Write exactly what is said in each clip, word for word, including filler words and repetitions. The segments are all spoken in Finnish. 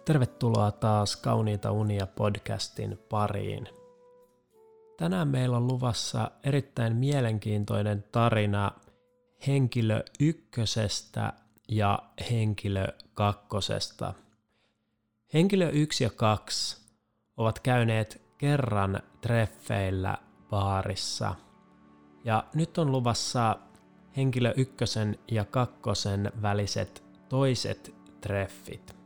Tervetuloa taas Kauniita unia podcastin pariin. Tänään meillä on luvassa erittäin mielenkiintoinen tarina henkilö ykkösestä ja henkilö kakkosesta. Henkilö yksi ja kaksi ovat käyneet kerran treffeillä baarissa ja nyt on luvassa henkilö ykkösen ja kakkosen väliset toiset treffit.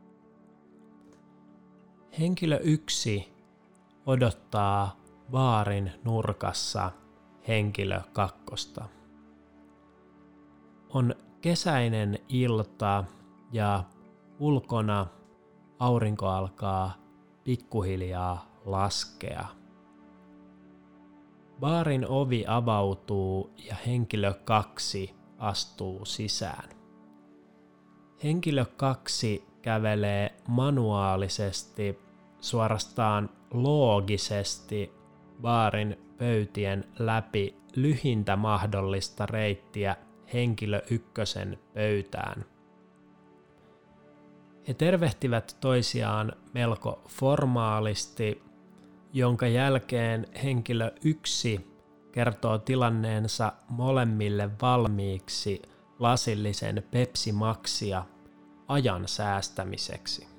Henkilö yksi odottaa baarin nurkassa henkilö kakkosta. On kesäinen ilta ja ulkona aurinko alkaa pikkuhiljaa laskea. Baarin ovi avautuu ja henkilö kaksi astuu sisään. Henkilö kaksi kävelee manuaalisesti, suorastaan loogisesti baarin pöytien läpi lyhintä mahdollista reittiä henkilö ykkösen pöytään. He tervehtivät toisiaan melko formaalisti, jonka jälkeen henkilö yksi kertoo tilanneensa molemmille valmiiksi lasillisen Pepsi Maxia ajan säästämiseksi.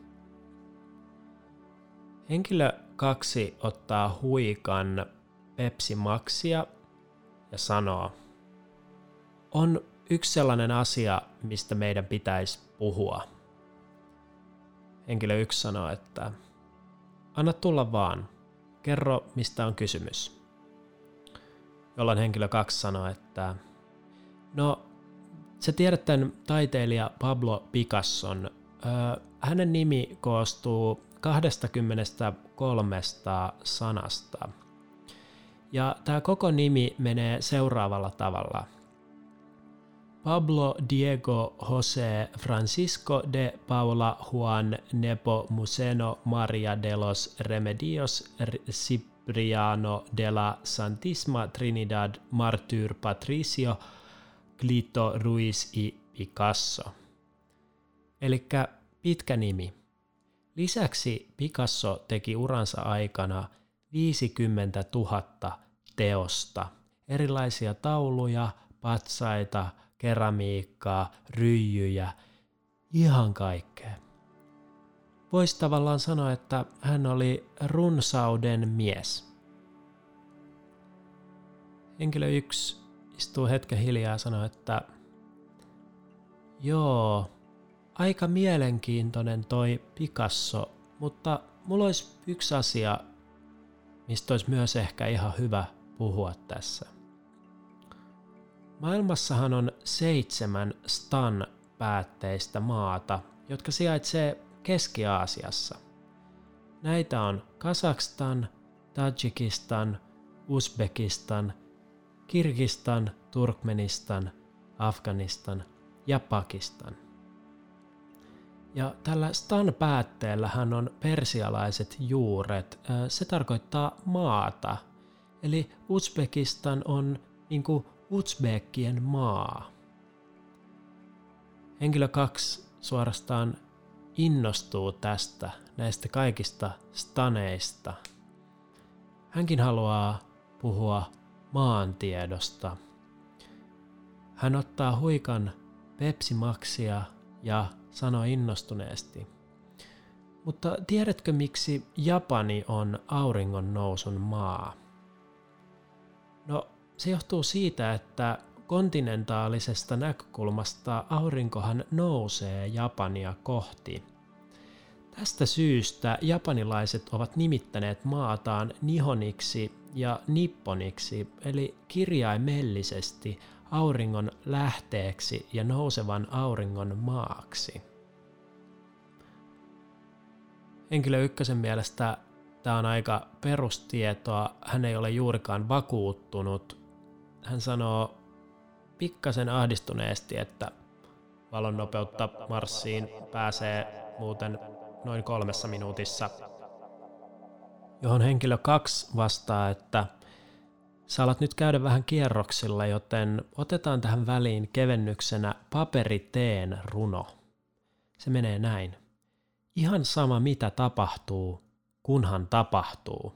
Henkilö kaksi ottaa huikan Pepsi Maxia ja sanoo, on yksi sellainen asia, mistä meidän pitäisi puhua. Henkilö yksi sanoo, että anna tulla vaan, kerro mistä on kysymys. Jolloin henkilö kaksi sanoo, että no sä tiedät tämän taiteilija Pablo Picasson. Öö, hänen nimi koostuu kaksikymmentäkolme sanasta. Ja tämä koko nimi menee seuraavalla tavalla. Pablo Diego José Francisco de Paula Juan Nepomuceno María de los Remedios Cipriano de la Santísima Trinidad Martyr Patricio Clito Ruiz y Picasso. Elikkä pitkä nimi. Lisäksi Picasso teki uransa aikana viisikymmentätuhatta teosta, erilaisia tauluja, patsaita, keramiikkaa, ryijyjä, ihan kaikkea. Voisi tavallaan sanoa, että hän oli runsauden mies. Henkilö yksi istuu hetken hiljaa ja sanoo, että joo, aika mielenkiintoinen toi Picasso, mutta mulla olisi yksi asia, mistä olisi myös ehkä ihan hyvä puhua tässä. Maailmassahan on seitsemän stan-päätteistä maata, jotka sijaitsee Keski-Aasiassa. Näitä on Kazakstan, Tadžikistan, Uzbekistan, Kirgistan, Turkmenistan, Afganistan ja Pakistan. Ja tällä stan-päätteellähän on persialaiset juuret. Se tarkoittaa maata. Eli Uzbekistan on niinku Uzbekkien maa. Henkilö kaksi suorastaan innostuu tästä, näistä kaikista staneista. Hänkin haluaa puhua maantiedosta. Hän ottaa huikan Pepsi Maxia ja sanoo innostuneesti. Mutta tiedätkö miksi Japani on auringon nousun maa? No, se johtuu siitä, että kontinentaalisesta näkökulmasta aurinkohan nousee Japania kohti. Tästä syystä japanilaiset ovat nimittäneet maataan Nihoniksi ja Nipponiksi, eli kirjaimellisesti auringon lähteeksi ja nousevan auringon maaksi. Henkilö ykkösen mielestä tämä on aika perustietoa, hän ei ole juurikaan vakuuttunut. Hän sanoo pikkasen ahdistuneesti, että valon nopeutta Marsiin pääsee muuten noin kolmessa minuutissa. Johon henkilö kaksi vastaa, että sä alat nyt käydä vähän kierroksilla, joten otetaan tähän väliin kevennyksenä paperiteen runo. Se menee näin. ihan sama mitä tapahtuu, kunhan tapahtuu.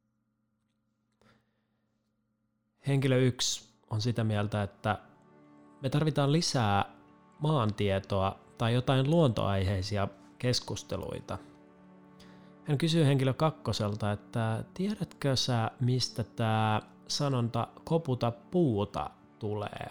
Henkilö yksi on sitä mieltä, että me tarvitaan lisää maantietoa tai jotain luontoaiheisia keskusteluita. Hän kysyy henkilö kakkoselta, että tiedätkö sä, mistä tämä sanonta koputa puuta tulee?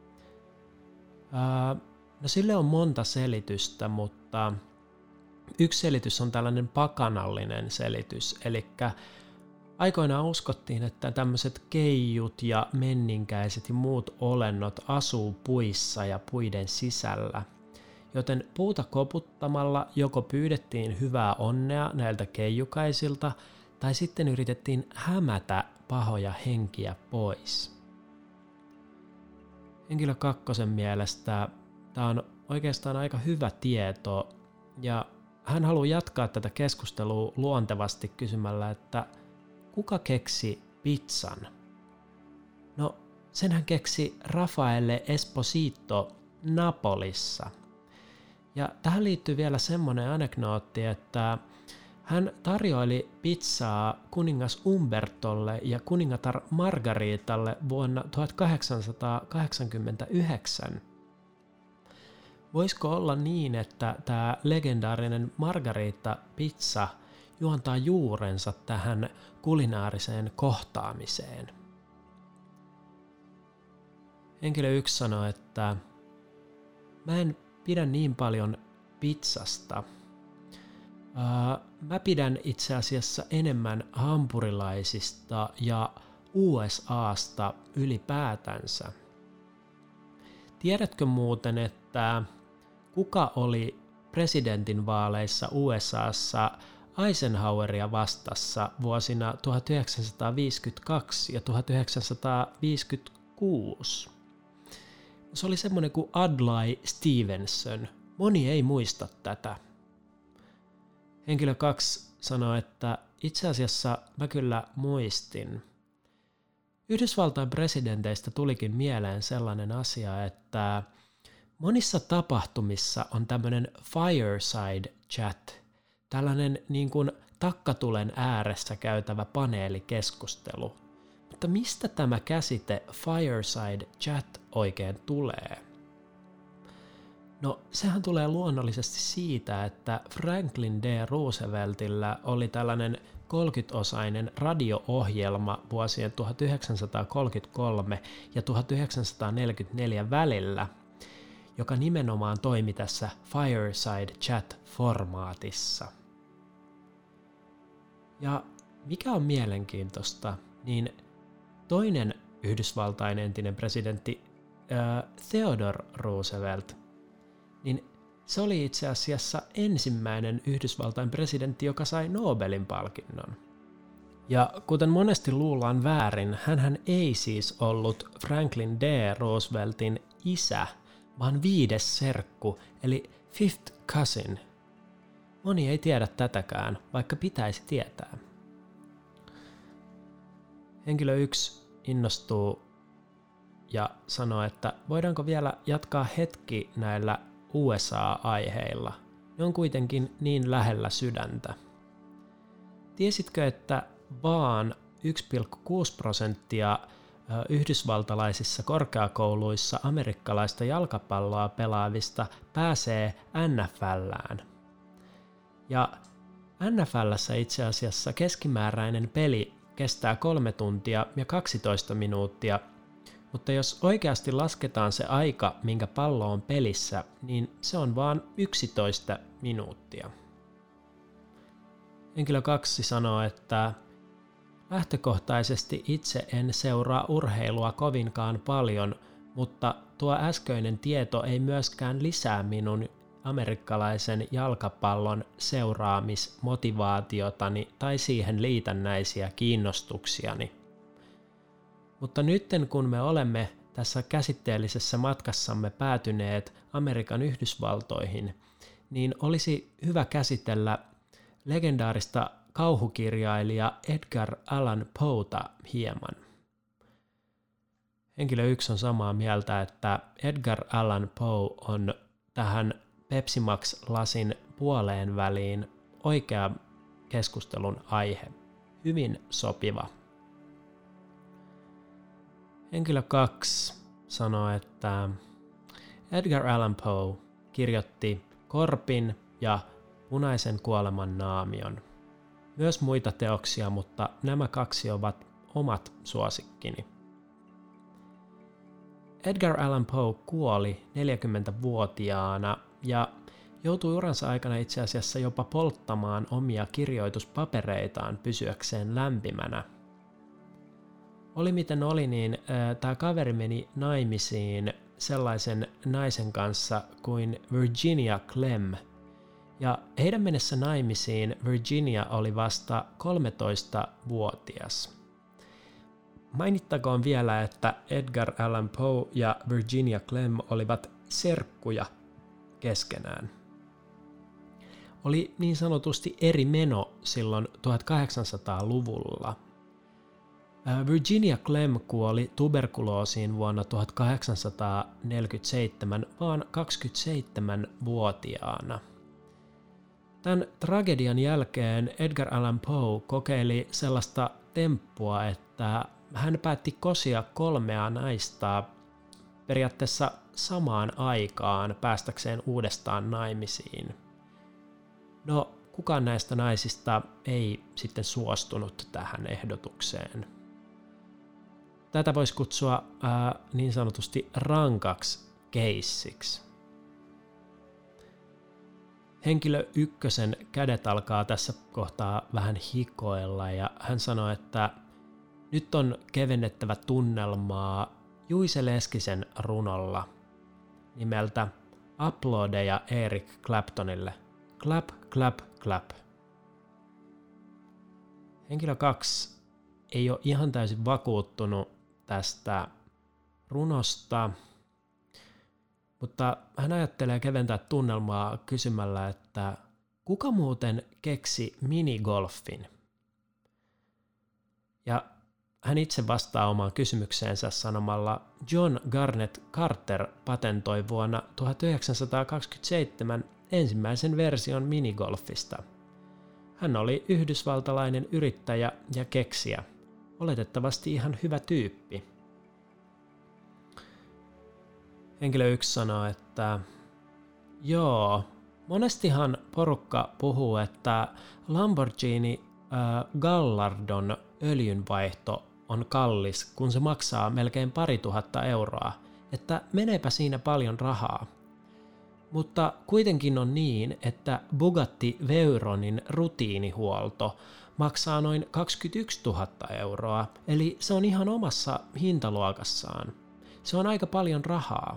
Ää, no sille on monta selitystä, mutta yksi selitys on tällainen pakanallinen selitys, eli aikoinaan uskottiin, että tämmöiset keijut ja menninkäiset ja muut olennot asuu puissa ja puiden sisällä. Joten puuta koputtamalla joko pyydettiin hyvää onnea näiltä keijukaisilta, tai sitten yritettiin hämätä pahoja henkiä pois. Henkilö kakkosen mielestä tämä on oikeastaan aika hyvä tieto, ja hän haluaa jatkaa tätä keskustelua luontevasti kysymällä, että kuka keksi pizzan? No, sen hän keksi Raffaele Esposito Napolissa. Ja tähän liittyy vielä semmoinen anekdootti, että hän tarjoili pizzaa kuningas Umbertolle ja kuningatar Margaritalle vuonna tuhatkahdeksansataakahdeksankymmentäyhdeksän. Voisiko olla niin, että tämä legendaarinen Margarita-pizza juontaa juurensa tähän kulinaariseen kohtaamiseen? Henkilö yksi sanoi, että mä en pidä niin paljon pizzasta. Uh, mä pidän itse asiassa enemmän hampurilaisista ja U S A:sta ylipäätänsä. Tiedätkö muuten, että kuka oli presidentinvaaleissa U S A:ssa Eisenhoweria vastassa vuosina tuhatyhdeksänsataaviisikymmentäkaksi ja tuhatyhdeksänsataaviisikymmentäkuusi? Se oli semmoinen kuin Adlai Stevenson. Moni ei muista tätä. Henkilö kaksi sanoi, että itse asiassa mä kyllä muistin. Yhdysvaltain presidenteistä tulikin mieleen sellainen asia, että monissa tapahtumissa on tämmöinen fireside chat, tällainen niin kuin takkatulen ääressä käytävä paneelikeskustelu. Mutta mistä tämä käsite fireside chat oikein tulee? No, sehän tulee luonnollisesti siitä, että Franklin D. Rooseveltillä oli tällainen kolmekymmentäosainen radio-ohjelma vuosien tuhatyhdeksänsataakolmekymmentäkolme ja tuhatyhdeksänsataaneljäkymmentäneljä välillä, joka nimenomaan toimi tässä fireside chat-formaatissa. Ja mikä on mielenkiintoista, niin toinen Yhdysvaltain entinen presidentti äh, Theodore Roosevelt, niin se oli itse asiassa ensimmäinen Yhdysvaltain presidentti, joka sai Nobelin palkinnon. Ja kuten monesti luullaan väärin, hänhän ei siis ollut Franklin D. Rooseveltin isä, vaan viides serkku, eli fifth cousin. Moni ei tiedä tätäkään, vaikka pitäisi tietää. Henkilö yksi innostuu ja sanoo, että voidaanko vielä jatkaa hetki näillä U S A-aiheilla. Ne on kuitenkin niin lähellä sydäntä. Tiesitkö, että vaan yksi pilkku kuusi prosenttia yhdysvaltalaisissa korkeakouluissa amerikkalaista jalkapalloa pelaavista pääsee N F L:ään? Ja N F L:ssä itse asiassa keskimääräinen peli kestää kolme tuntia ja kaksitoista minuuttia, mutta jos oikeasti lasketaan se aika, minkä pallo on pelissä, niin se on vaan yksitoista minuuttia. Henkilö kaksi sanoo, että lähtökohtaisesti itse en seuraa urheilua kovinkaan paljon, mutta tuo äskeinen tieto ei myöskään lisää minun amerikkalaisen jalkapallon seuraamismotivaatiotani tai siihen liitännäisiä kiinnostuksiani. Mutta nytten kun me olemme tässä käsitteellisessä matkassamme päätyneet Amerikan Yhdysvaltoihin, niin olisi hyvä käsitellä legendaarista kauhukirjailija Edgar Allan Poeta hieman. Henkilö yksi on samaa mieltä, että Edgar Allan Poe on tähän Pepsi Max-lasin puoleen väliin oikea keskustelun aihe. Hyvin sopiva. Henkilö kaksi sanoo, että Edgar Allan Poe kirjoitti Korpin ja Punaisen kuoleman naamion. Myös muita teoksia, mutta nämä kaksi ovat omat suosikkini. Edgar Allan Poe kuoli neljäkymmentävuotiaana ja joutui uransa aikana itse asiassa jopa polttamaan omia kirjoituspapereitaan pysyäkseen lämpimänä. Oli miten oli, niin äh, tämä kaveri meni naimisiin sellaisen naisen kanssa kuin Virginia Clemm. Ja heidän mennessä naimisiin Virginia oli vasta kolmetoistavuotias. Mainittakoon vielä, että Edgar Allan Poe ja Virginia Clemm olivat serkkuja keskenään. Oli niin sanotusti eri meno silloin tuhatkahdeksansataaluvulla. Virginia Clemm kuoli tuberkuloosiin vuonna tuhatkahdeksansataaneljäkymmentäseitsemän vaan kaksikymmentäseitsemänvuotiaana. Tämän tragedian jälkeen Edgar Allan Poe kokeili sellaista temppua, että hän päätti kosia kolmea naista periaatteessa samaan aikaan päästäkseen uudestaan naimisiin. No, kukaan näistä naisista ei sitten suostunut tähän ehdotukseen. Tätä voisi kutsua ää, niin sanotusti rankaksi keissiksi. Henkilö ykkösen kädet alkaa tässä kohtaa vähän hikoilla ja hän sanoo, että nyt on kevennettävä tunnelmaa Juise Leskisen runolla nimeltä Aplodeja Eric Claptonille. Clap, clap, clap. Henkilö kaksi ei ole ihan täysin vakuuttunut tästä runosta, mutta hän ajattelee keventää tunnelmaa kysymällä, että kuka muuten keksi minigolfin? Ja hän itse vastaa omaan kysymykseensä sanomalla, John Garnet Carter patentoi vuonna tuhatyhdeksänsataakaksikymmentäseitsemän ensimmäisen version minigolfista. Hän oli yhdysvaltalainen yrittäjä ja keksijä, oletettavasti ihan hyvä tyyppi. Henkilö yksi sanoo, että joo, monestihan porukka puhuu, että Lamborghini äh, Gallardon öljynvaihto on kallis, kun se maksaa melkein pari tuhatta euroa, että meneepä siinä paljon rahaa. Mutta kuitenkin on niin, että Bugatti Veyronin rutiinihuolto maksaa noin kaksikymmentäyksituhatta euroa, eli se on ihan omassa hintaluokassaan. Se on aika paljon rahaa.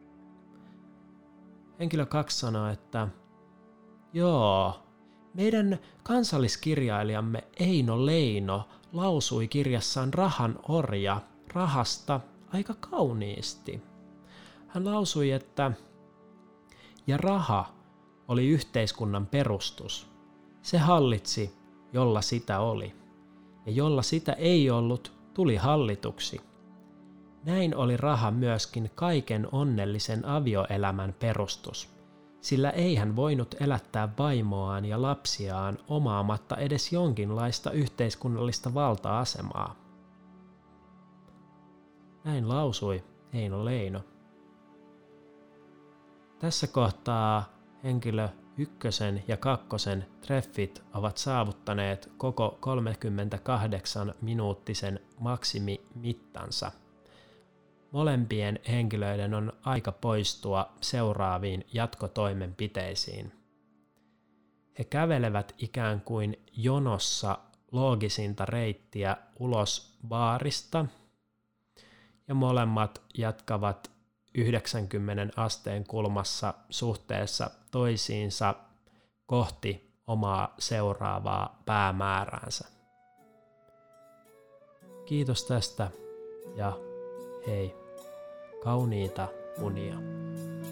Henkilö kaksi sanoo, että joo, meidän kansalliskirjailijamme Eino Leino lausui kirjassaan Rahan orja rahasta aika kauniisti. Hän lausui, että ja raha oli yhteiskunnan perustus. Se hallitsi, jolla sitä oli. Ja jolla sitä ei ollut, tuli hallituksi. Näin oli raha myöskin kaiken onnellisen avioelämän perustus, sillä ei hän voinut elättää vaimoaan ja lapsiaan omaamatta edes jonkinlaista yhteiskunnallista valta-asemaa. Näin lausui Eino Leino. Tässä kohtaa henkilö ykkösen ja kakkosen treffit ovat saavuttaneet koko kolmekymmentäkahdeksan minuuttisen maksimimittansa. Molempien henkilöiden on aika poistua seuraaviin jatkotoimenpiteisiin. He kävelevät ikään kuin jonossa loogisinta reittiä ulos baarista ja molemmat jatkavat yhdeksänkymmentä asteen kulmassa suhteessa toisiinsa kohti omaa seuraavaa päämääräänsä. Kiitos tästä ja hei, kauniita unia.